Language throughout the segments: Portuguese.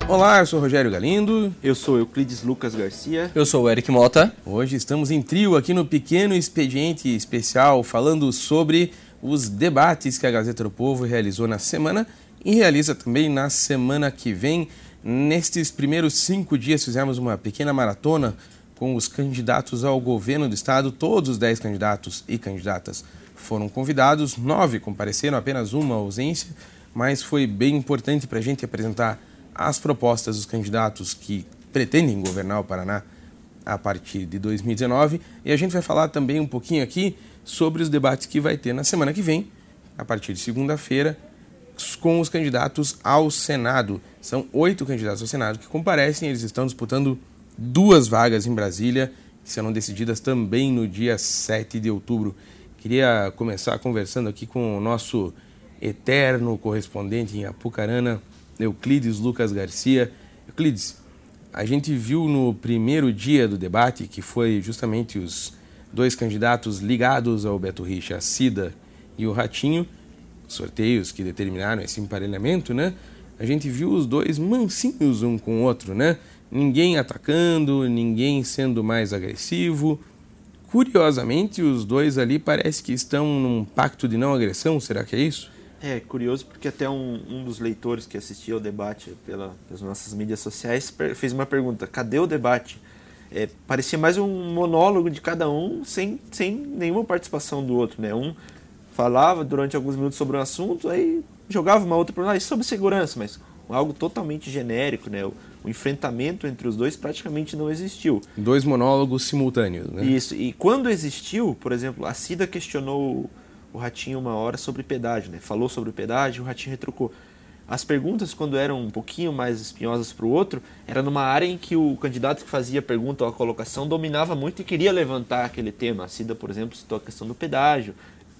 Olá, eu sou Rogério Galindo. Eu sou Euclides Lucas Garcia. Eu sou o Eric Mota. Hoje estamos em trio aqui no Pequeno Expediente Especial, falando sobre os debates que a Gazeta do Povo realizou na semana e realiza também na semana que vem. Nestes primeiros 5 dias fizemos uma pequena maratona com os candidatos ao governo do estado. Todos os 10 candidatos e candidatas foram convidados, 9 compareceram, apenas uma ausência, mas foi bem importante para a gente apresentar as propostas dos candidatos que pretendem governar o Paraná a partir de 2019. E a gente vai falar também um pouquinho aqui sobre os debates que vai ter na semana que vem, a partir de segunda-feira, com os candidatos ao Senado. São 8 candidatos ao Senado que comparecem, eles estão disputando 2 vagas em Brasília, que serão decididas também no dia 7 de outubro. Queria começar conversando aqui com o nosso eterno correspondente em Apucarana, Euclides Lucas Garcia. Euclides, a gente viu no primeiro dia do debate, que foi justamente os 2 candidatos ligados ao Beto Richa, a Cida e o Ratinho, sorteios que determinaram esse emparelhamento, né? A gente viu os 2 mansinhos um com o outro, né? Ninguém atacando, ninguém sendo mais agressivo. Curiosamente, os 2 ali parece que estão num pacto de não agressão, será que é isso? É curioso porque até um dos leitores que assistia ao debate pelas nossas mídias sociais fez uma pergunta: cadê o debate? Parecia mais um monólogo de cada um sem nenhuma participação do outro, né? Um falava durante alguns minutos sobre um assunto, aí jogava uma outra pergunta sobre segurança, mas algo totalmente genérico, né? O enfrentamento entre os 2 praticamente não existiu. 2 monólogos simultâneos, né? Isso, e quando existiu, por exemplo, a Cida questionou o Ratinho uma hora sobre pedágio, né? Falou sobre o pedágio, o Ratinho retrucou. As perguntas, quando eram um pouquinho mais espinhosas para o outro, era numa área em que o candidato que fazia a pergunta ou a colocação dominava muito e queria levantar aquele tema. A Cida, por exemplo, citou a questão do pedágio,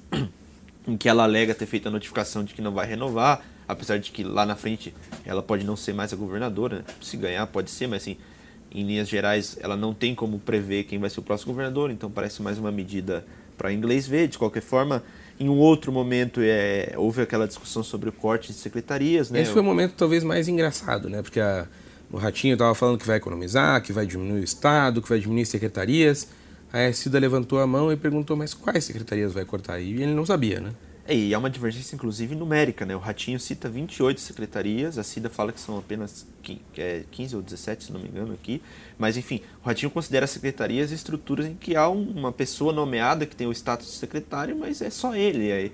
em que ela alega ter feito a notificação de que não vai renovar, apesar de que lá na frente ela pode não ser mais a governadora, né? Se ganhar pode ser, mas assim, em linhas gerais ela não tem como prever quem vai ser o próximo governador, então parece mais uma medida para inglês ver. De qualquer forma, em um outro momento houve aquela discussão sobre o corte de secretarias, né? Esse foi o momento talvez mais engraçado, né? Porque o Ratinho estava falando que vai economizar, que vai diminuir o Estado, que vai diminuir secretarias. Aí a Cida levantou a mão e perguntou, mas quais secretarias vai cortar? E ele não sabia, né? E é uma divergência, inclusive, numérica, né? O Ratinho cita 28 secretarias, a Cida fala que são apenas 15 ou 17, se não me engano, aqui. Mas, enfim, o Ratinho considera secretarias estruturas em que há uma pessoa nomeada que tem o status de secretário, mas é só ele.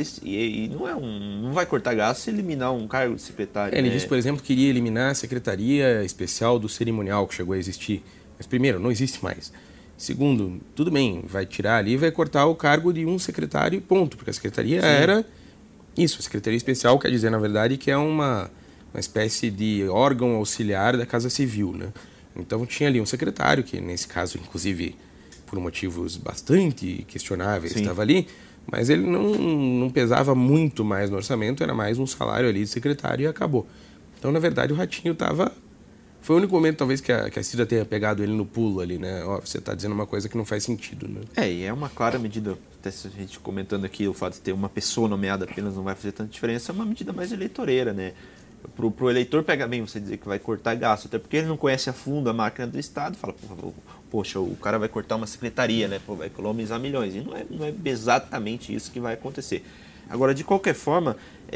E não vai cortar gasto e eliminar um cargo de secretário. Ele disse, por exemplo, que iria eliminar a Secretaria Especial do Cerimonial, que chegou a existir. Mas, primeiro, não existe mais. Segundo, tudo bem, vai tirar ali e vai cortar o cargo de um secretário e ponto, porque a secretaria era isso. A Secretaria Especial quer dizer, na verdade, que é uma espécie de órgão auxiliar da Casa Civil, né? Então tinha ali um secretário, que nesse caso, inclusive, por motivos bastante questionáveis, estava ali, mas ele não pesava muito mais no orçamento, era mais um salário ali de secretário e acabou. Então, na verdade, o Ratinho estava... Foi o único momento, talvez, que a Cida tenha pegado ele no pulo ali, né? Ó, você está dizendo uma coisa que não faz sentido, né? E é uma clara medida, até se a gente comentando aqui, o fato de ter uma pessoa nomeada apenas não vai fazer tanta diferença, é uma medida mais eleitoreira, né? Pro eleitor pega bem você dizer que vai cortar gasto, até porque ele não conhece a fundo a máquina do Estado, fala, poxa, o cara vai cortar uma secretaria, né? Vai economizar milhões. E não é exatamente isso que vai acontecer. Agora, de qualquer forma,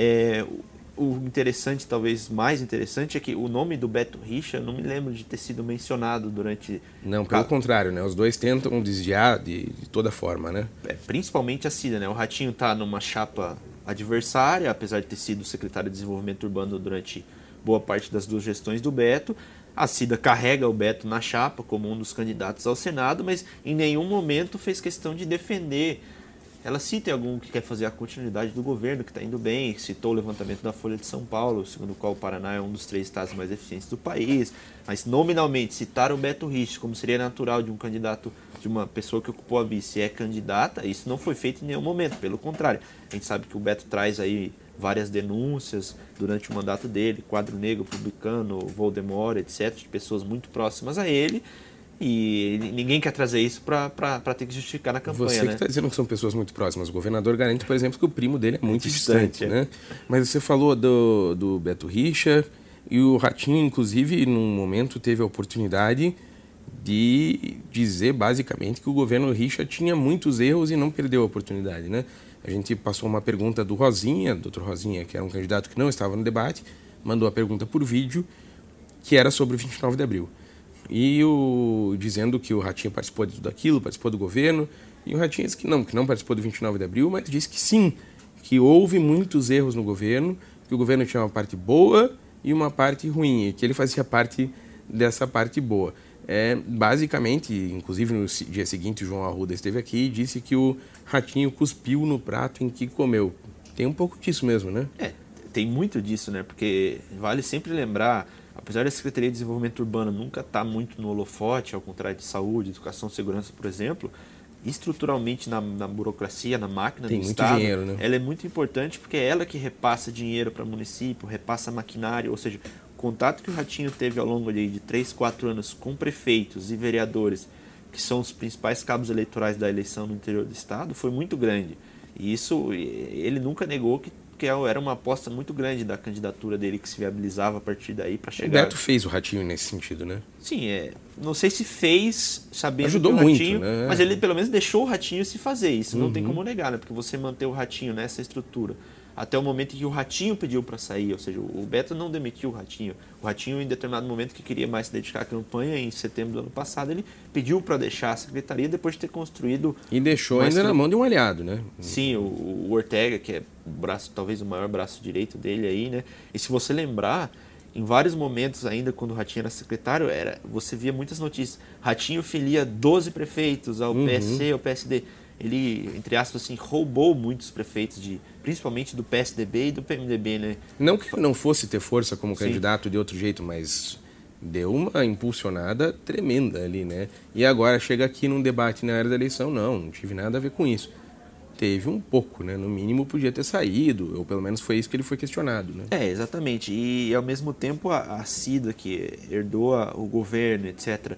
o interessante, talvez mais interessante, é que o nome do Beto Richa, não me lembro de ter sido mencionado durante... Não, pelo contrário, né? Os 2 tentam desviar de toda forma, né? Principalmente a Cida, né? O Ratinho está numa chapa adversária, apesar de ter sido secretário de Desenvolvimento Urbano durante boa parte das 2 gestões do Beto. A Cida carrega o Beto na chapa como um dos candidatos ao Senado, mas em nenhum momento fez questão de defender. Ela cita algum que quer fazer a continuidade do governo, que está indo bem, citou o levantamento da Folha de São Paulo, segundo o qual o Paraná é um dos 3 estados mais eficientes do país, mas nominalmente citar o Beto Richa, como seria natural de um candidato, de uma pessoa que ocupou a vice e é candidata, isso não foi feito em nenhum momento, pelo contrário. A gente sabe que o Beto traz aí várias denúncias durante o mandato dele, quadro negro, republicano, Voldemort, etc., de pessoas muito próximas a ele. E ninguém quer trazer isso para ter que justificar na campanha. Você que está dizendo que são pessoas muito próximas. O governador garante, por exemplo, que o primo dele é muito distante, né? Mas você falou do Beto Richa, E o Ratinho, inclusive, num momento teve a oportunidade de dizer basicamente que o governo Richa tinha muitos erros e não perdeu a oportunidade, né? A gente passou uma pergunta do Rosinha, Dr. Rosinha, que era um candidato que não estava no debate, mandou a pergunta por vídeo, que era sobre o 29 de abril. E dizendo que o Ratinho participou de tudo aquilo, participou do governo, e o Ratinho disse que não participou do 29 de abril, mas disse que sim, que houve muitos erros no governo, que o governo tinha uma parte boa e uma parte ruim, e que ele fazia parte dessa parte boa. Basicamente, inclusive no dia seguinte, o João Arruda esteve aqui e disse que o Ratinho cuspiu no prato em que comeu. Tem um pouco disso mesmo, né? Tem muito disso, né? Porque vale sempre lembrar, apesar da Secretaria de Desenvolvimento Urbano nunca estar muito no holofote, ao contrário de saúde, educação, segurança, por exemplo, estruturalmente na burocracia, na máquina do Estado, dinheiro, né? Ela é muito importante porque é ela que repassa dinheiro para o município, repassa maquinário, ou seja, o contato que o Ratinho teve ao longo de 3, 4 anos com prefeitos e vereadores, que são os principais cabos eleitorais da eleição no interior do Estado, foi muito grande. E isso, ele nunca negou que era uma aposta muito grande da candidatura dele, que se viabilizava a partir daí para chegar... O Beto fez o Ratinho nesse sentido, né? Sim, não sei se fez sabendo ajudou que o Ratinho, muito, né? Mas ele pelo menos deixou o Ratinho se fazer isso, não tem como negar, né? Porque você manter o Ratinho nessa estrutura até o momento em que o Ratinho pediu para sair, ou seja, o Beto não demitiu o Ratinho. O Ratinho, em determinado momento que queria mais se dedicar à campanha, em setembro do ano passado, ele pediu para deixar a secretaria depois de ter construído... E deixou ainda na mão de um aliado, né? Sim, o Ortega, que é o braço, talvez o maior braço direito dele aí, né? E se você lembrar, em vários momentos ainda, quando o Ratinho era secretário, você via muitas notícias. Ratinho filia 12 prefeitos ao PSC, ao PSD. Ele, entre aspas, assim, roubou muitos prefeitos, principalmente do PSDB e do PMDB, né? Não que não fosse ter força como Sim. candidato de outro jeito, mas deu uma impulsionada tremenda ali, né? E agora chega aqui num debate na área da eleição, não tive nada a ver com isso. Teve um pouco, né? No mínimo podia ter saído, ou pelo menos foi isso que ele foi questionado, né? Exatamente. E ao mesmo tempo a Cida, que herdou o governo, etc.,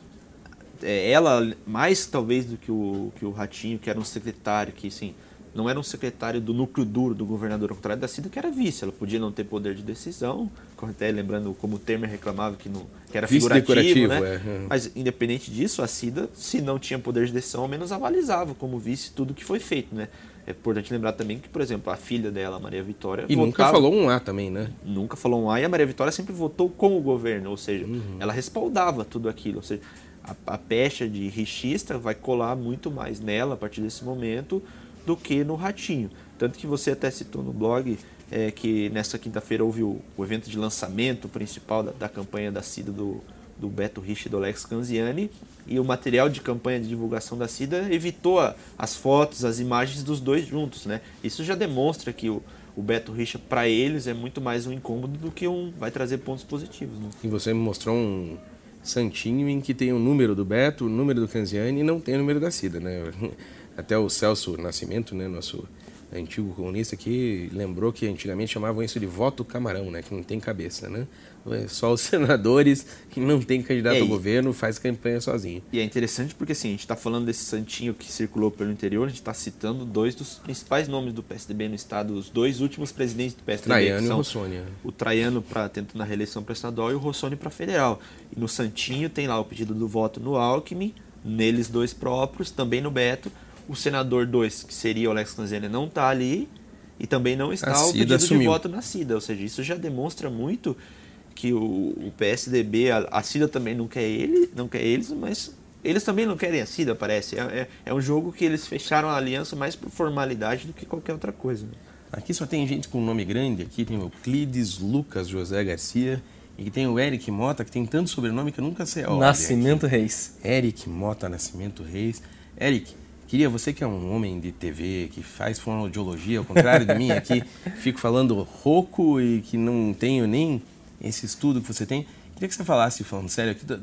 ela, mais talvez do que o Ratinho, que era um secretário, que assim, não era um secretário do núcleo duro do governador, ao contrário da Cida, que era vice. Ela podia não ter poder de decisão, até lembrando como o Temer reclamava que era figurativo, né? Mas independente disso, a Cida, se não tinha poder de decisão, ao menos avalizava como vice tudo que foi feito, né? É importante lembrar também que, por exemplo, a filha dela, a Maria Vitória... E nunca falou um A também, né? Nunca falou um A, e a Maria Vitória sempre votou com o governo, ou seja, ela respaldava tudo aquilo, ou seja, a pecha de richista vai colar muito mais nela a partir desse momento do que no Ratinho. Tanto que você até citou no blog que nessa quinta-feira houve o evento de lançamento principal da campanha da Cida do Beto Richa e do Alex Canziani, e o material de campanha de divulgação da Cida evitou as fotos, as imagens dos dois juntos, né? Isso já demonstra que o Beto Richa, para eles, é muito mais um incômodo do que vai trazer pontos positivos, né? E você me mostrou um santinho em que tem o número do Beto, o número do Canziani e não tem o número da Cida, né? Até o Celso Nascimento, né, nosso antigo comunista, que lembrou que antigamente chamavam isso de voto camarão, né, que não tem cabeça, né? Só os senadores que não tem candidato ao governo faz campanha sozinho. E é interessante porque assim, a gente está falando desse santinho que circulou pelo interior, a gente está citando dois dos principais nomes do PSDB no estado, os dois últimos presidentes do PSDB. Traiano e o Rossoni. O Traiano tentando a reeleição para estadual e o Rossoni para federal. E no santinho tem lá o pedido do voto no Alckmin, neles dois próprios, também no Beto. O senador 2, que seria o Alex Canziani, não está ali e também não está o pedido de voto na Cida. Ou seja, isso já demonstra muito que o PSDB, a Cida também não quer eles, mas eles também não querem a Cida, parece. É um jogo que eles fecharam a aliança mais por formalidade do que qualquer outra coisa. Aqui só tem gente com nome grande, aqui tem o Euclides Lucas José Garcia, e que tem o Eric Mota, que tem tanto sobrenome que eu nunca sei a ordem. Nascimento Reis. Eric Mota Nascimento Reis. Eric, você que é um homem de TV, que faz fonoaudiologia, ao contrário de mim aqui, fico falando rouco e que não tenho nem esse estudo que você tem, queria que você falasse, falando sério, aqui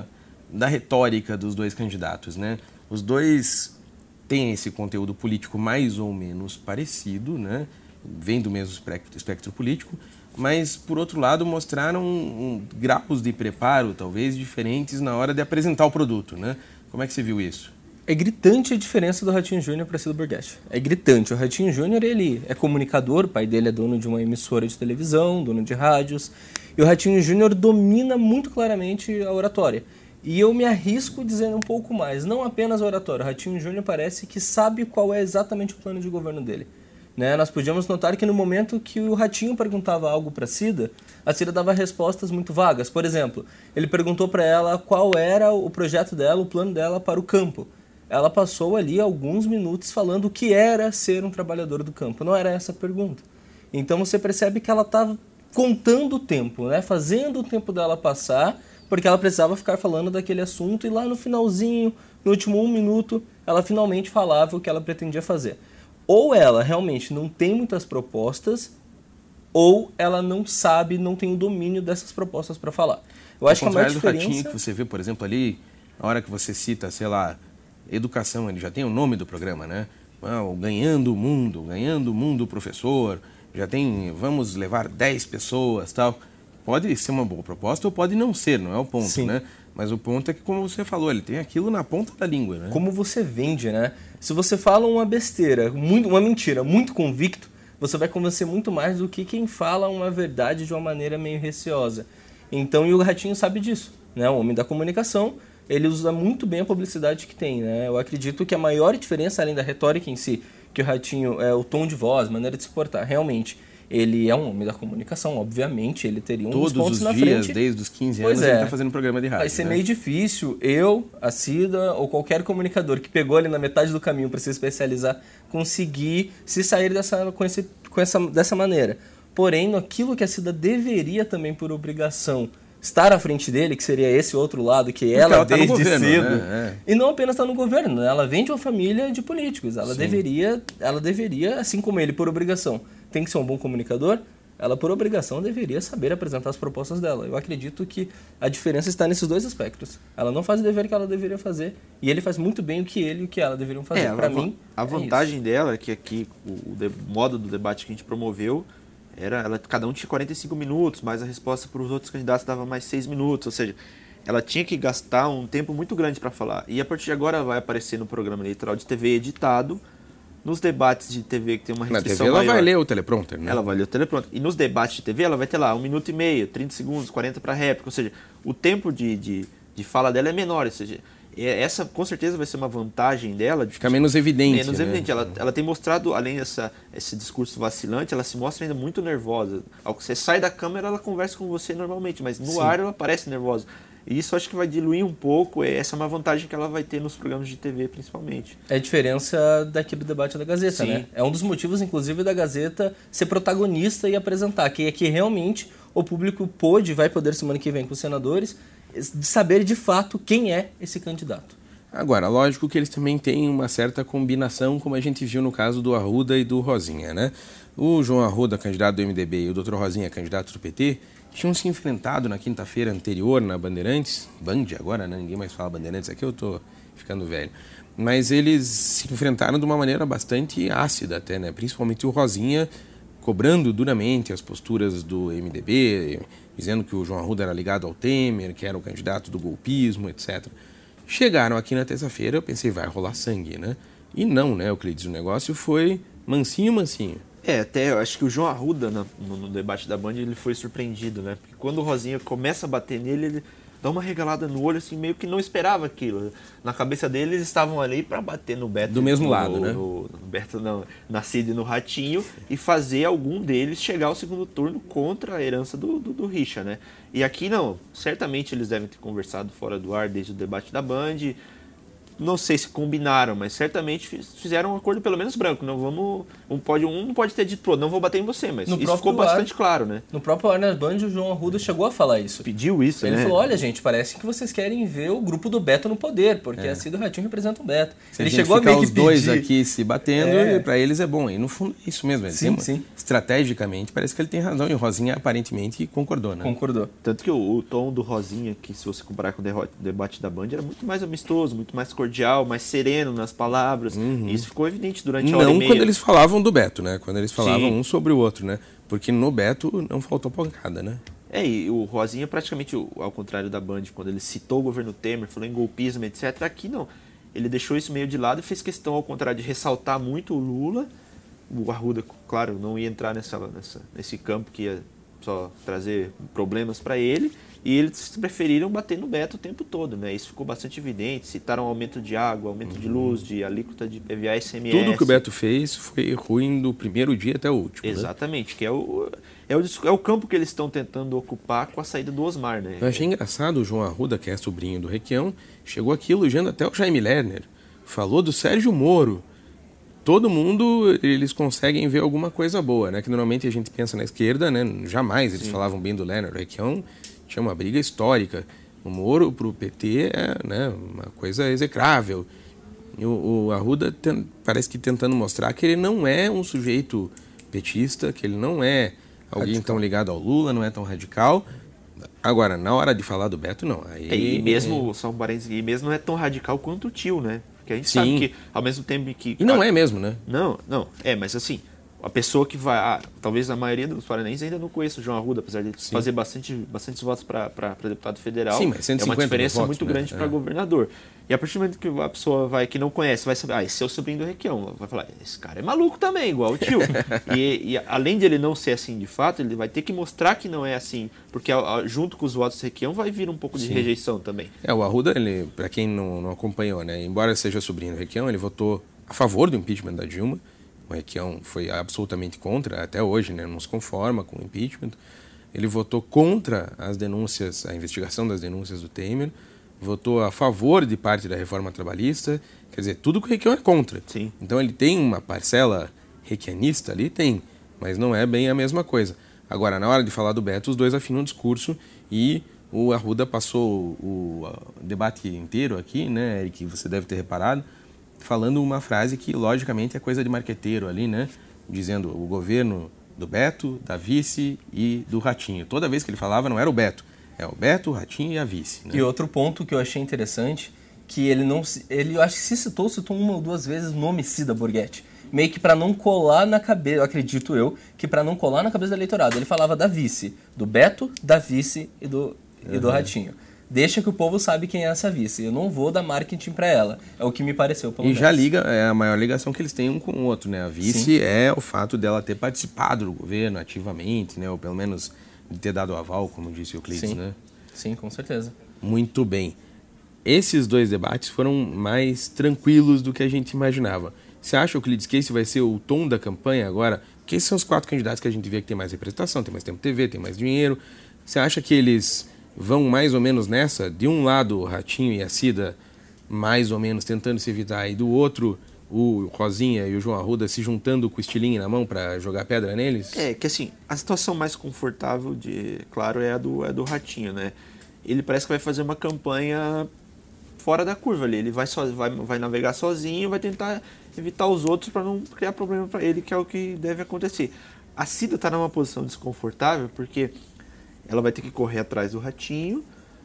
da retórica dos dois candidatos, né? Os dois têm esse conteúdo político mais ou menos parecido, né? Vem do mesmo espectro político, mas, por outro lado, mostraram graus de preparo, talvez, diferentes na hora de apresentar o produto, né? Como é que você viu isso? É gritante a diferença do Ratinho Júnior para Cida Borghetti. É gritante. O Ratinho Júnior, ele é comunicador, o pai dele é dono de uma emissora de televisão, dono de rádios. E o Ratinho Júnior domina muito claramente a oratória. E eu me arrisco dizendo um pouco mais, não apenas a oratória. O Ratinho Júnior parece que sabe qual é exatamente o plano de governo dele. Né? Nós podíamos notar que no momento que o Ratinho perguntava algo para a Cida dava respostas muito vagas. Por exemplo, ele perguntou para ela qual era o projeto dela, o plano dela para o campo. Ela passou ali alguns minutos falando o que era ser um trabalhador do campo. Não era essa a pergunta. Então você percebe que ela estava contando o tempo, né? Fazendo o tempo dela passar, porque ela precisava ficar falando daquele assunto e lá no finalzinho, no último 1 minuto, ela finalmente falava o que ela pretendia fazer. Ou ela realmente não tem muitas propostas, ou ela não sabe, não tem o domínio dessas propostas para falar. Eu acho que a maior diferença... do Ratinho que você vê, por exemplo, ali, na hora que você cita, sei lá, educação, ele já tem o nome do programa, né? Ganhando o mundo, professor, já tem, vamos levar 10 pessoas, tal. Pode ser uma boa proposta ou pode não ser, não é o ponto, Sim. né? Mas o ponto é que, como você falou, ele tem aquilo na ponta da língua, né? Como você vende, né? Se você fala uma besteira, uma mentira, muito convicto, você vai convencer muito mais do que quem fala uma verdade de uma maneira meio receosa. Então, e o Ratinho sabe disso, né? O homem da comunicação, ele usa muito bem a publicidade que tem, né? Eu acredito que a maior diferença, além da retórica em si, que o Ratinho é o tom de voz, maneira de se portar, realmente, ele é um homem da comunicação, obviamente, ele teria uns pontos na frente. Todos os dias, desde os 15 anos, ele está fazendo programa de rádio. Vai ser meio difícil eu, a Cida ou qualquer comunicador que pegou ali na metade do caminho para se especializar, conseguir se sair dessa maneira. Porém, naquilo que a Cida deveria também, por obrigação, estar à frente dele, que seria esse outro lado, que ela tá desde governo, cedo... né? E não apenas está no governo, né? Ela vem de uma família de políticos. Ela deveria, assim como ele, por obrigação, tem que ser um bom comunicador, ela, por obrigação, deveria saber apresentar as propostas dela. Eu acredito que a diferença está nesses dois aspectos. Ela não faz o dever que ela deveria fazer, e ele faz muito bem o que ele e o que ela deveriam fazer. Para mim, a vantagem dela é que aqui o modo do debate que a gente promoveu era, cada um tinha 45 minutos, mas a resposta para os outros candidatos dava mais 6 minutos, ou seja, ela tinha que gastar um tempo muito grande para falar. E a partir de agora ela vai aparecer no programa eleitoral de TV editado, nos debates de TV que tem uma restrição maior. Na TV ela maior, vai ler o teleprompter, né? Ela vai ler o teleprompter. E nos debates de TV ela vai ter lá 1 minuto e meio, 30 segundos, 40 para réplica, ou seja, o tempo de fala dela é menor, ou seja, essa com certeza vai ser uma vantagem dela. Fica menos evidente. Menos evidente. Ela tem mostrado, além esse discurso vacilante, ela se mostra ainda muito nervosa. Ao que você sai da câmera, ela conversa com você normalmente, mas no ar ela parece nervosa. E isso acho que vai diluir um pouco, essa é uma vantagem que ela vai ter nos programas de TV, principalmente. É a diferença daqui do debate da Gazeta, né? É um dos motivos, inclusive, da Gazeta ser protagonista e apresentar, que é que realmente o público vai poder, semana que vem, com os senadores, de saber de fato quem é esse candidato. Agora, lógico que eles também têm uma certa combinação, como a gente viu no caso do Arruda e do Rosinha, né? O João Arruda, candidato do MDB, e o Dr. Rosinha, candidato do PT, tinham se enfrentado na quinta-feira anterior na Bandeirantes, Band agora, né? Ninguém mais fala Bandeirantes, aqui eu tô ficando velho. Mas eles se enfrentaram de uma maneira bastante ácida até, né? Principalmente o Rosinha cobrando duramente as posturas do MDB, dizendo que o João Arruda era ligado ao Temer, que era o candidato do golpismo, etc. Chegaram aqui na terça-feira, eu pensei, vai rolar sangue, né? E não, né, Euclides? O negócio foi mansinho, mansinho. Até eu acho que o João Arruda, no debate da Band, ele foi surpreendido, né? Porque quando o Rosinha começa a bater nele, ele dá uma regalada no olho, assim, meio que não esperava aquilo. Na cabeça dele, eles estavam ali para bater no Beto. Do mesmo lado, né? No Beto, não, na Cida e no Ratinho, e fazer algum deles chegar ao segundo turno contra a herança do Richa, né? E aqui não, certamente eles devem ter conversado fora do ar desde o debate da Band. Não sei se combinaram, mas certamente fizeram um acordo pelo menos branco. Não pode ter dito, pô, não vou bater em você, mas isso ficou bastante claro, né? No próprio ar na Band, o João Arruda chegou a falar isso. Pediu isso, Ele né? falou, olha, gente, parece que vocês querem ver o grupo do Beto no poder, porque a Cida e o Ratinho representam o Beto. Ele chegou a meio que os dois aqui se batendo, e para eles é bom. E no fundo é isso mesmo. Estrategicamente, parece que ele tem razão. E o Rosinha aparentemente concordou, né? Concordou. Tanto que o tom do Rosinha, que se você comparar com o debate da Band, era muito mais amistoso, muito mais cordial, mais sereno nas palavras. E isso ficou evidente durante a hora e meia. Não quando eles falavam do Beto, né? Quando eles falavam um sobre o outro, né? Porque no Beto não faltou pancada, né? E o Rosinha praticamente, ao contrário da Band, quando ele citou o governo Temer, falou em golpismo, etc., aqui não. ele deixou isso meio de lado e fez questão, ao contrário, de ressaltar muito o Lula. O Arruda, claro, não ia entrar nesse campo que ia só trazer problemas para ele, e eles preferiram bater no Beto o tempo todo, né? Isso ficou bastante evidente, citaram aumento de água, aumento de luz, de alíquota de PVA e ICMS. Tudo que o Beto fez foi ruim do primeiro dia até o último. Exatamente, né? Que é o campo que eles estão tentando ocupar com a saída do Osmar, né? Eu achei engraçado, o João Arruda, que é sobrinho do Requião, chegou aqui elogiando até o Jaime Lerner, falou do Sérgio Moro. Todo mundo, eles conseguem ver alguma coisa boa, né? Que normalmente a gente pensa na esquerda, né? Jamais eles falavam bem do Lerner. O Requião tinha uma briga histórica. O Moro pro PT é, né, uma coisa execrável. E o Arruda parece que tentando mostrar que ele não é um sujeito petista, que ele não é alguém tão ligado ao Lula, não é tão radical. Agora, na hora de falar do Beto, não. Aí, e mesmo, só um parênteses, e mesmo não é tão radical quanto o tio, né? Porque a gente sabe que, ao mesmo tempo que... E não é mesmo, né? Não, mas assim, a pessoa que vai... talvez a maioria dos paranenses ainda não conheça o João Arruda, apesar de fazer bastantes votos para deputado federal. Sim, mas 150 é uma diferença votos, muito né? grande para governador. E a partir do momento que a pessoa que não conhece, vai saber, esse é o sobrinho do Requião. Vai falar, esse cara é maluco também, igual o tio. e além de ele não ser assim de fato, ele vai ter que mostrar que não é assim, porque junto com os votos do Requião vai vir um pouco de rejeição também. O Arruda, ele, para quem não acompanhou, né, embora seja sobrinho do Requião, ele votou a favor do impeachment da Dilma. O Requião foi absolutamente contra, até hoje, né, não se conforma com o impeachment. Ele votou contra as denúncias, a investigação das denúncias do Temer, votou a favor de parte da reforma trabalhista, quer dizer, tudo que o Requião é contra. Sim. Então ele tem uma parcela requianista ali, tem, mas não é bem a mesma coisa. Agora, na hora de falar do Beto, os dois afinam o discurso e o Arruda passou o debate inteiro aqui, né, Eric, que você deve ter reparado, falando uma frase que, logicamente, é coisa de marqueteiro ali, né, dizendo o governo do Beto, da vice e do Ratinho. Toda vez que ele falava, não era o Beto, é o Beto, o Ratinho e a vice. Né? E outro ponto que eu achei interessante, que ele eu acho que se citou uma ou duas vezes no homicida Borghetti. Meio que para não colar na cabeça, acredito eu, que para não colar na cabeça do eleitorado. Ele falava da vice, do Beto, da vice e do Ratinho. Deixa que o povo sabe quem é essa vice. Eu não vou dar marketing para ela. É o que me pareceu, pelo menos. E já liga, é a maior ligação que eles têm um com o outro, né? A vice é o fato dela ter participado do governo ativamente, né? Ou pelo menos de ter dado aval, como disse o Euclides, né? Sim, com certeza. Muito bem. Esses dois debates foram mais tranquilos do que a gente imaginava. Você acha, Euclides, que esse vai ser o tom da campanha agora? Porque esses são os 4 candidatos que a gente vê que tem mais representação, tem mais tempo de TV, tem mais dinheiro. Você acha que eles vão mais ou menos nessa? De um lado, o Ratinho e a Cida mais ou menos tentando se evitar, e do outro, o Rosinha e o João Arruda se juntando com o estilingue na mão para jogar pedra neles? É, que assim, a situação mais confortável, claro, é a do Ratinho, né? Ele parece que vai fazer uma campanha fora da curva ali. Ele vai navegar sozinho, vai tentar evitar os outros para não criar problema para ele, que é o que deve acontecer. A Cida está numa posição desconfortável porque ela vai ter que correr atrás do Ratinho,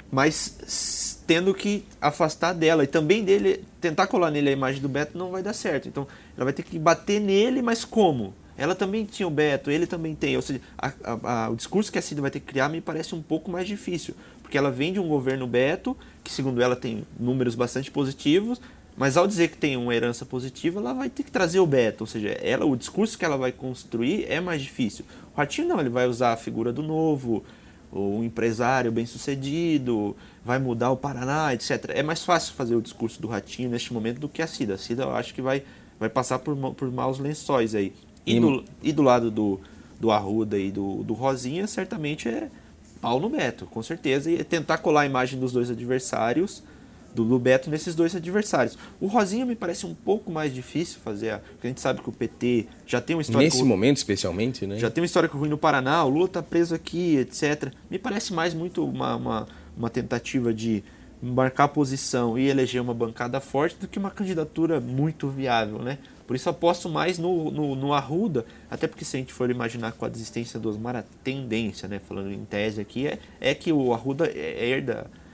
mas tendo que afastar dela. E também dele, tentar colar nele a imagem do Beto não vai dar certo. Então, ela vai ter que bater nele, mas como? Ela também tinha o Beto, ele também tem. Ou seja, o discurso que a Cida vai ter que criar me parece um pouco mais difícil. Porque ela vem de um governo Beto, que segundo ela tem números bastante positivos, mas ao dizer que tem uma herança positiva, ela vai ter que trazer o Beto. Ou seja, o discurso que ela vai construir é mais difícil. O Ratinho não, ele vai usar a figura do Novo, um empresário bem-sucedido, vai mudar o Paraná, etc. É mais fácil fazer o discurso do Ratinho neste momento do que a Cida. A Cida eu acho que vai passar por maus lençóis aí. E do lado do Arruda e do Rosinha, certamente é pau no Beto, com certeza. E é tentar colar a imagem dos dois adversários, do Beto nesses dois adversários. O Rosinha me parece um pouco mais difícil fazer, porque a gente sabe que o PT já tem uma história... Nesse momento, especialmente, né? Já tem uma história ruim no Paraná, o Lula está preso aqui, etc. Me parece mais muito uma tentativa de marcar posição e eleger uma bancada forte do que uma candidatura muito viável, né? Por isso aposto mais no Arruda, até porque se a gente for imaginar com a desistência do Osmar, a tendência, né, falando em tese aqui, é que o Arruda herda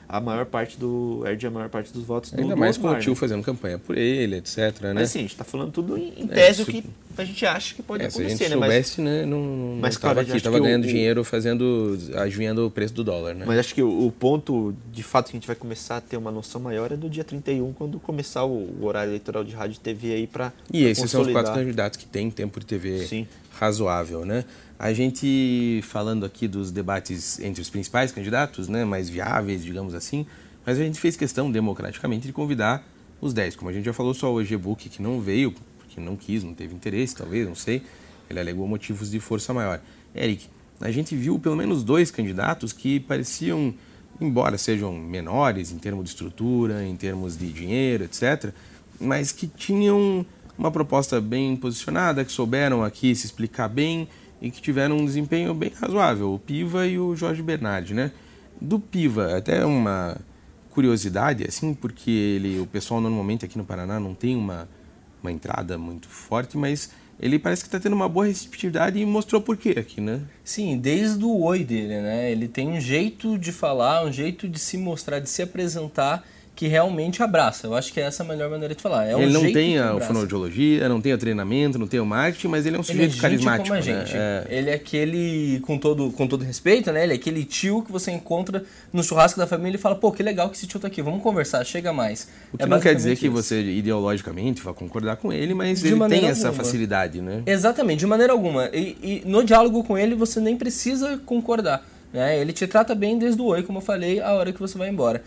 erge a maior parte dos votos do Ainda mais com Osmar, o tio né? fazendo campanha por ele, etc, né? Mas assim, a gente está falando tudo em tese o que a gente acha que pode Se a acontecer, gente né? soubesse, né, não mas, estava claro, aqui, estava ganhando dinheiro adivinhando o preço do dólar, né? Mas acho que o ponto, de fato, que a gente vai começar a ter uma noção maior é do dia 31, quando começar o horário eleitoral de rádio e TV aí para E esses são os 4 consolidar. candidatos que têm tempo de TV Sim. razoável, né? A gente, falando aqui dos debates entre os principais candidatos, né, mais viáveis, digamos assim, mas a gente fez questão, democraticamente, de convidar os 10. Como a gente já falou, só o Egebuk que não veio, porque não quis, não teve interesse, talvez, não sei. Ele alegou motivos de força maior. Eric, a gente viu pelo menos 2 candidatos que pareciam, embora sejam menores em termos de estrutura, em termos de dinheiro, etc., mas que tinham uma proposta bem posicionada, que souberam aqui se explicar bem e que tiveram um desempenho bem razoável, o Piva e o Jorge Bernardi, né? Do Piva, até uma curiosidade, assim, porque o pessoal normalmente aqui no Paraná não tem uma entrada muito forte, mas ele parece que está tendo uma boa receptividade e mostrou por quê aqui, né? Sim, desde o oi dele, né? Ele tem um jeito de falar, um jeito de se mostrar, de se apresentar, que realmente abraça. Eu acho que essa é a melhor maneira de falar. Ele não tem a fonoaudiologia, não tem o treinamento, não tem o marketing, mas ele é um sujeito carismático. Como a gente. Né? Ele é aquele, com todo respeito, né? Ele é aquele tio que você encontra no churrasco da família e fala, pô, que legal que esse tio tá aqui, vamos conversar, chega mais. O que não quer dizer que você ideologicamente vai concordar com ele, mas ele tem essa facilidade, né? Exatamente, de maneira alguma. E no diálogo com ele você nem precisa concordar, né? Ele te trata bem desde o oi, como eu falei, a hora que você vai embora.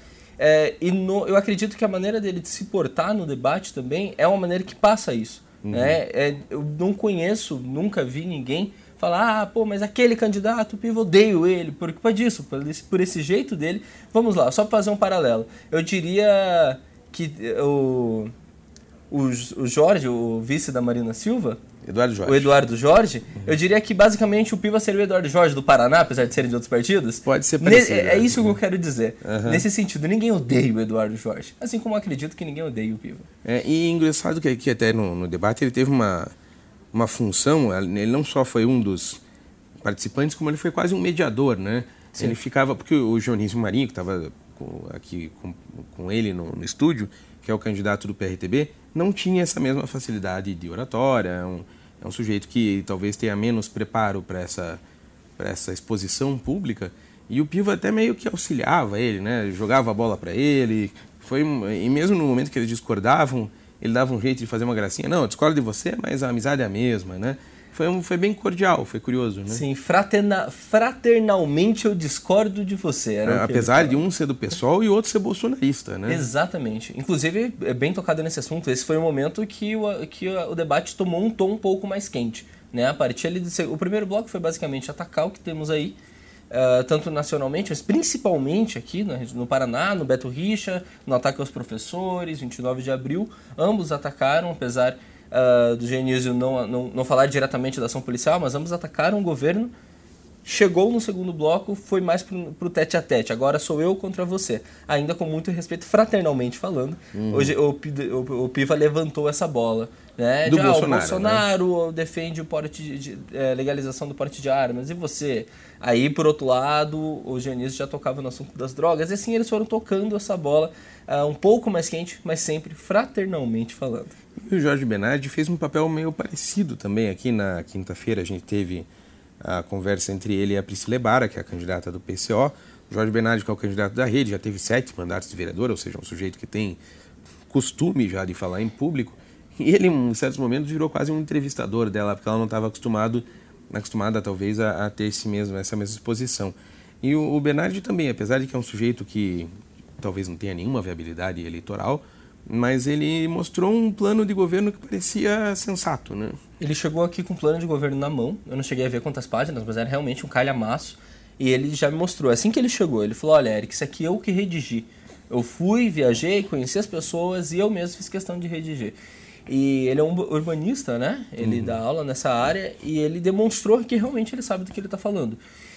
Eu acredito que a maneira dele de se portar no debate também é uma maneira que passa isso. Né? Eu não conheço, nunca vi ninguém falar, pô, mas aquele candidato, eu odeio ele, por culpa disso, por esse jeito dele. Vamos lá, só para fazer um paralelo. Eu diria que o Jorge, o vice da Marina Silva, o Eduardo Jorge, eu diria que basicamente o Piva seria o Eduardo Jorge do Paraná, apesar de serem de outros partidos. Pode ser parecido. É isso que eu quero dizer. Nesse sentido, ninguém odeia o Eduardo Jorge, assim como eu acredito que ninguém odeia o Piva. E engraçado que até no debate ele teve uma função, ele não só foi um dos participantes, como ele foi quase um mediador, né? Sim. Ele ficava, porque o Dionísio Marinho, que estava aqui com ele no estúdio, que é o candidato do PRTB, não tinha essa mesma facilidade de oratória, é um sujeito que talvez tenha menos preparo para essa exposição pública, e o Piva até meio que auxiliava ele, né? Jogava a bola para ele, e mesmo no momento que eles discordavam, ele dava um jeito de fazer uma gracinha. Não, eu discordo de você, mas a amizade é a mesma, né? Foi bem cordial, foi curioso, né? Sim, fraternalmente eu discordo de você. Apesar de um ser do PSOL e o outro ser bolsonarista, né? Exatamente. Inclusive, é bem tocado nesse assunto, esse foi o momento que o debate tomou um tom um pouco mais quente. Né? A partir ali o primeiro bloco foi basicamente atacar o que temos aí, tanto nacionalmente, mas principalmente aqui no Paraná, no Beto Richa, no ataque aos professores, 29 de abril. Ambos atacaram, apesar do Genísio não falar diretamente da ação policial, mas ambos atacaram o governo. Chegou no segundo bloco, foi mais pro tete a tete. Agora sou eu contra você. Ainda com muito respeito, fraternalmente falando. Hoje o Piva levantou essa bola. Né? Do Bolsonaro, o Bolsonaro defende legalização do porte de armas. E você? Aí, por outro lado, o Genísio já tocava no assunto das drogas. E assim eles foram tocando essa bola um pouco mais quente, mas sempre fraternalmente falando. E o Jorge Bernardi fez um papel meio parecido também. Aqui na quinta-feira a gente teve a conversa entre ele e a Priscila Ebara, que é a candidata do PCO. O Jorge Bernardi, que é o candidato da Rede, já teve 7 mandatos de vereador, ou seja, um sujeito que tem costume já de falar em público. E ele, em certos momentos, virou quase um entrevistador dela, porque ela não estava acostumada talvez a ter essa mesma exposição. E o Bernardi também, apesar de que é um sujeito que talvez não tenha nenhuma viabilidade eleitoral, mas ele mostrou um plano de governo que parecia sensato, né? Ele chegou aqui com um plano de governo na mão, eu não cheguei a ver quantas páginas, mas era realmente um calhamaço, e ele já me mostrou. Assim que ele chegou, ele falou, olha, Eric, isso aqui eu que redigi. Eu fui, viajei, conheci as pessoas e eu mesmo fiz questão de redigir. E ele é um urbanista, né? Ele dá aula nessa área e ele demonstrou que realmente ele sabe do que ele está falando.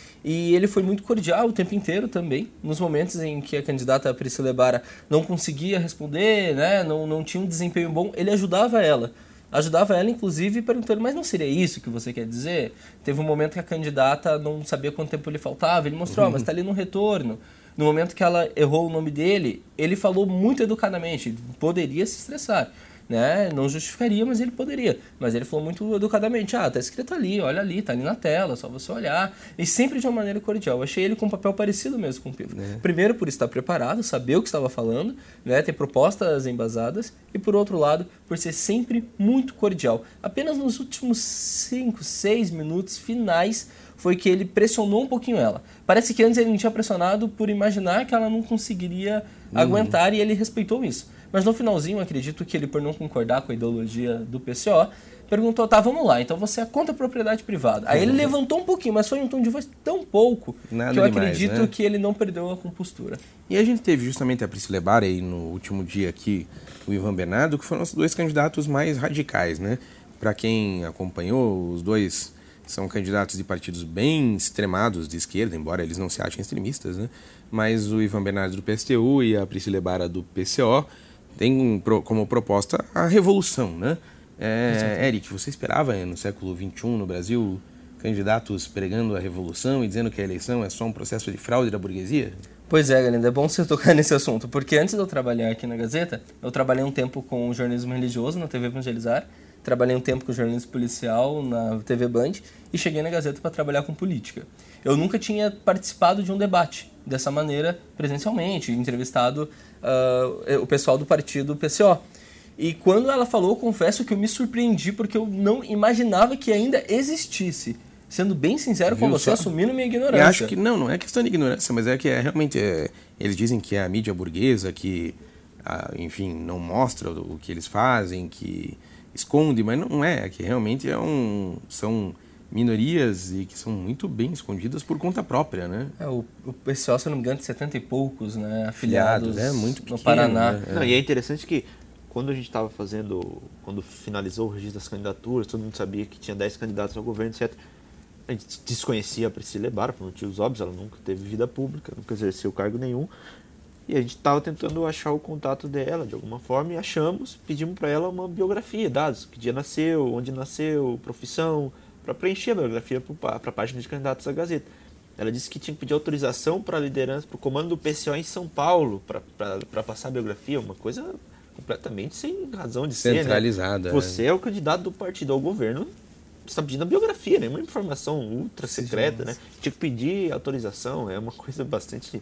E ele foi muito cordial o tempo inteiro também, nos momentos em que a candidata Priscila Ebara não conseguia responder, né? não tinha um desempenho bom, ele ajudava ela. Ajudava ela, inclusive, perguntando, mas não seria isso que você quer dizer? Teve um momento que a candidata não sabia quanto tempo lhe faltava, ele mostrou, mas está ali no retorno. No momento que ela errou o nome dele, ele falou muito educadamente, poderia se estressar, né? Não justificaria, mas ele poderia. Mas ele falou muito educadamente, tá escrito ali, olha ali, tá ali na tela, só você olhar. E sempre de uma maneira cordial. Eu achei ele com um papel parecido mesmo com o Piva. Primeiro, por estar preparado, saber o que estava falando, né? Ter propostas embasadas. E por outro lado, por ser sempre muito cordial. Apenas nos últimos 5, 6 minutos finais foi que ele pressionou um pouquinho ela. Parece que antes ele não tinha pressionado por imaginar que ela não conseguiria aguentar, e ele respeitou isso. Mas no finalzinho, acredito que ele, por não concordar com a ideologia do PCO, perguntou, vamos lá, então você é contra a propriedade privada. Aí ele levantou um pouquinho, mas foi um tom de voz tão pouco Nada que eu demais, acredito né? que ele não perdeu a compostura. E a gente teve justamente a Priscila Ebar aí no último dia aqui, o Ivan Bernardo, que foram os dois candidatos mais radicais, né? Para quem acompanhou, os dois são candidatos de partidos bem extremados de esquerda, embora eles não se achem extremistas, né? Mas o Ivan Bernardo do PSTU e a Priscila Ebar do PCO têm como proposta a revolução, né? Eric, você esperava no século XXI no Brasil candidatos pregando a revolução e dizendo que a eleição é só um processo de fraude da burguesia? Pois é, Galindo, é bom você tocar nesse assunto, porque antes de eu trabalhar aqui na Gazeta, eu trabalhei um tempo com jornalismo religioso na TV Evangelizar, trabalhei um tempo com jornalismo policial na TV Band e cheguei na Gazeta para trabalhar com política. Eu nunca tinha participado de um debate dessa maneira presencialmente, entrevistado o pessoal do partido PCO. E quando ela falou, confesso que eu me surpreendi, porque eu não imaginava que ainda existisse. Sendo bem sincero com você, assumindo minha ignorância. Eu acho que não é questão de ignorância, mas é que realmente eles dizem que é a mídia burguesa que, enfim, não mostra o que eles fazem, que esconde, mas não é, que realmente são minorias e que são muito bem escondidas por conta própria, né? O PCO, se eu não me engano, de 70 e poucos, né, afiliados muito pequeno, no Paraná. Né? Não, e é interessante que quando a gente estava quando finalizou o registro das candidaturas, todo mundo sabia que tinha 10 candidatos ao governo, etc. A gente desconhecia a Priscila Ebar, por motivos óbvios, ela nunca teve vida pública, nunca exerceu cargo nenhum. E a gente estava tentando achar o contato dela de alguma forma e achamos, pedimos para ela uma biografia, dados, que dia nasceu, onde nasceu, profissão, para preencher a biografia para a página de candidatos da Gazeta. Ela disse que tinha que pedir autorização para a liderança, para o comando do PCO em São Paulo, para passar a biografia, uma coisa completamente sem razão de ser, centralizada. Né? Você é o candidato do partido ao governo, você está pedindo a biografia, né? Uma informação ultra secreta, né? Tinha que pedir autorização, é uma coisa bastante...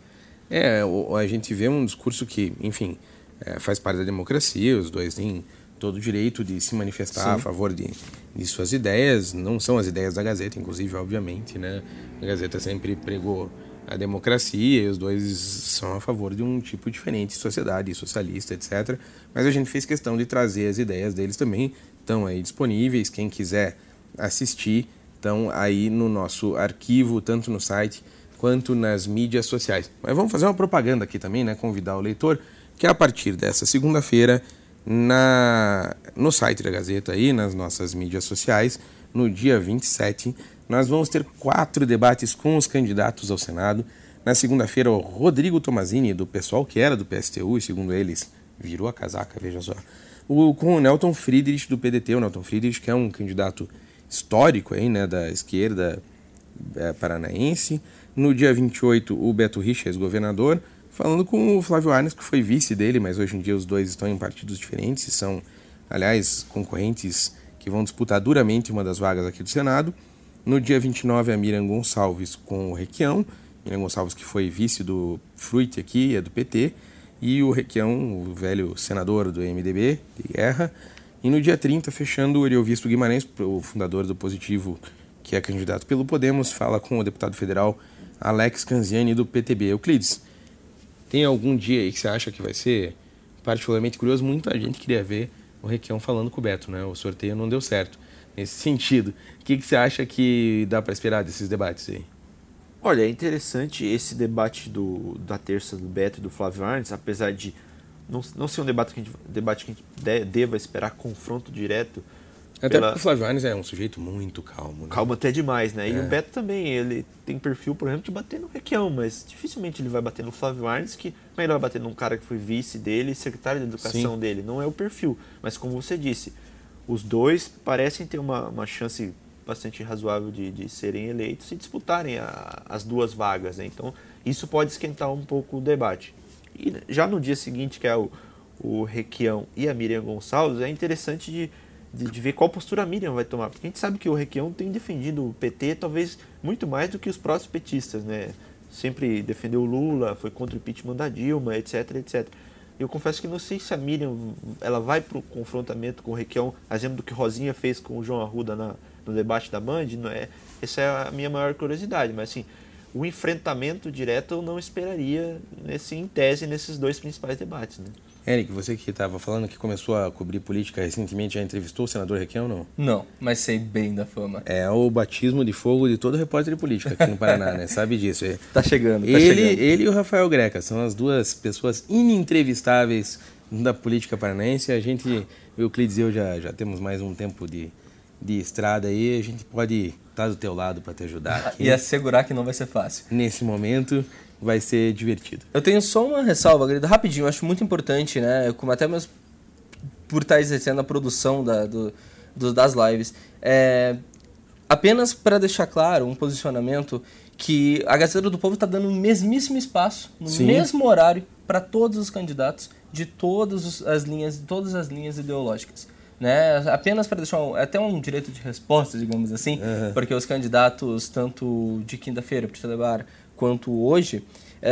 A gente vê um discurso que, enfim, faz parte da democracia, os dois têm todo o direito de se manifestar a favor de suas ideias, não são as ideias da Gazeta, inclusive, obviamente, né? A Gazeta sempre pregou a democracia e os dois são a favor de um tipo diferente de sociedade, socialista, etc. Mas a gente fez questão de trazer as ideias deles também, estão aí disponíveis, quem quiser assistir, estão aí no nosso arquivo, tanto no site quanto nas mídias sociais. Mas vamos fazer uma propaganda aqui também, né? Convidar o leitor que a partir dessa segunda-feira, no site da Gazeta e nas nossas mídias sociais, no dia 27, nós vamos ter 4 debates com os candidatos ao Senado. Na segunda-feira, o Rodrigo Tomazini, do PSOL, que era do PSTU, e segundo eles, virou a casaca, veja só. Com o Nelton Friedrich, do PDT, o Nelton Friedrich, que é um candidato histórico aí, né, da esquerda paranaense. No dia 28, o Beto Richa, ex-governador, falando com o Flávio Arnes, que foi vice dele, mas hoje em dia os dois estão em partidos diferentes e são, aliás, concorrentes que vão disputar duramente uma das vagas aqui do Senado. No dia 29, a Miriam Gonçalves com o Requião, Miriam Gonçalves que foi vice do Fruit aqui, é do PT, e o Requião, o velho senador do MDB, de guerra. E no dia 30, fechando, o Eriovisto Guimarães, o fundador do Positivo, que é candidato pelo Podemos, fala com o deputado federal Alex Canziani, do PTB. Euclides, tem algum dia aí que você acha que vai ser particularmente curioso? Muita gente queria ver o Requião falando com o Beto, né? O sorteio não deu certo nesse sentido. O que você acha que dá para esperar desses debates aí? Olha, é interessante esse debate da terça do Beto e do Flávio Arnes, apesar de não ser um debate que a gente deva esperar confronto direto. Até porque o Flávio Arnes é um sujeito muito calmo. Né? Calmo até demais, né? E o Beto também, ele tem perfil, por exemplo, de bater no Requião, mas dificilmente ele vai bater no Flávio Arnes, que ele vai bater num cara que foi vice dele, secretário de educação dele. Não é o perfil. Mas como você disse, os dois parecem ter uma chance bastante razoável de serem eleitos e disputarem as duas vagas, né? Então, isso pode esquentar um pouco o debate. E já no dia seguinte, que é o Requião e a Miriam Gonçalves, é interessante de ver qual postura a Miriam vai tomar, porque a gente sabe que o Requião tem defendido o PT talvez muito mais do que os próprios petistas, né? Sempre defendeu o Lula, foi contra o impeachment da Dilma, etc, etc. Eu confesso que não sei se a Miriam ela vai para o confrontamento com o Requião, exemplo do que Rosinha fez com o João Arruda no debate da Band, não é? Essa é a minha maior curiosidade, mas assim, o enfrentamento direto eu não esperaria, em tese, nesses dois principais debates, né? Eric, você que estava falando que começou a cobrir política recentemente, já entrevistou o senador Requião ou não? Não, mas sei bem da fama. É o batismo de fogo de todo repórter de política aqui no Paraná, né? Sabe disso. Tá chegando, Ele e o Rafael Greca são as duas pessoas inentrevistáveis da política paranaense. A gente, eu e o Euclides e eu já temos mais um tempo de estrada aí, a gente pode estar do teu lado para te ajudar aqui. E assegurar que não vai ser fácil. Nesse momento vai ser divertido. Eu tenho só uma ressalva, querido, rapidinho, eu acho muito importante, né, como até mesmo por estar exercendo a produção das lives, apenas para deixar claro um posicionamento que a Gazeta do Povo está dando o mesmíssimo espaço, no Sim. mesmo horário, para todos os candidatos de todas as linhas ideológicas. Né? Apenas para deixar até um direito de resposta, digamos assim, porque os candidatos, tanto de quinta-feira para o Telebar, quanto hoje,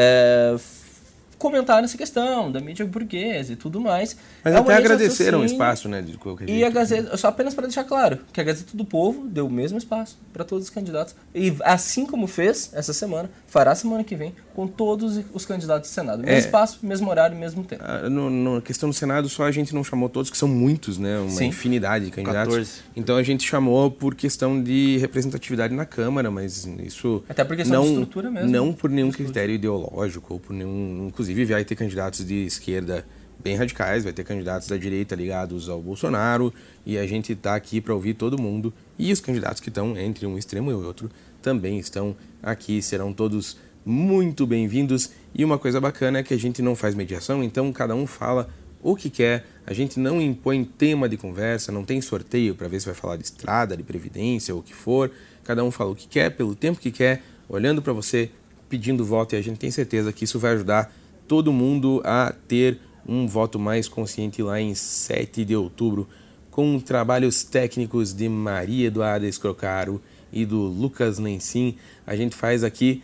comentaram essa questão da mídia burguesa e tudo mais. Mas até agradeceram o espaço, né? De qualquer jeito. E a Gazeta, só apenas para deixar claro, que a Gazeta do Povo deu o mesmo espaço para todos os candidatos. E assim como fez essa semana, fará semana que vem com todos os candidatos do Senado. Mesmo espaço, mesmo horário, mesmo tempo. Na questão do Senado, só a gente não chamou todos, que são muitos, né? Uma infinidade de candidatos. 14. Então a gente chamou por questão de representatividade na Câmara, mas isso... Até por questão de estrutura mesmo. Não por nenhum critério ideológico, ou por nenhum... Inclusive vai ter candidatos de esquerda bem radicais, vai ter candidatos da direita ligados ao Bolsonaro, e a gente está aqui para ouvir todo mundo. E os candidatos que estão entre um extremo e o outro também estão aqui, serão todos muito bem-vindos. E uma coisa bacana é que a gente não faz mediação, então cada um fala o que quer, a gente não impõe tema de conversa, não tem sorteio para ver se vai falar de estrada, de previdência ou o que for. Cada um fala o que quer, pelo tempo que quer, olhando para você, pedindo voto, e a gente tem certeza que isso vai ajudar todo mundo a ter um voto mais consciente lá em 7 de outubro, com trabalhos técnicos de Maria Eduarda Escrocaro e do Lucas Lencin. A gente faz aqui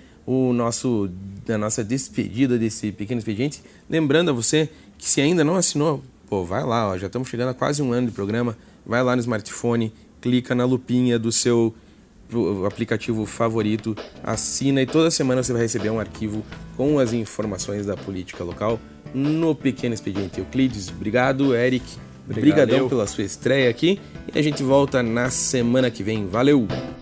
a nossa despedida desse pequeno expediente. Lembrando a você que se ainda não assinou, vai lá, já estamos chegando a quase um ano de programa, vai lá no smartphone, clica na lupinha do seu aplicativo favorito, assina e toda semana você vai receber um arquivo com as informações da política local no Pequeno Expediente. Euclides, obrigado. Eric, brigadão pela sua estreia aqui, e a gente volta na semana que vem. Valeu!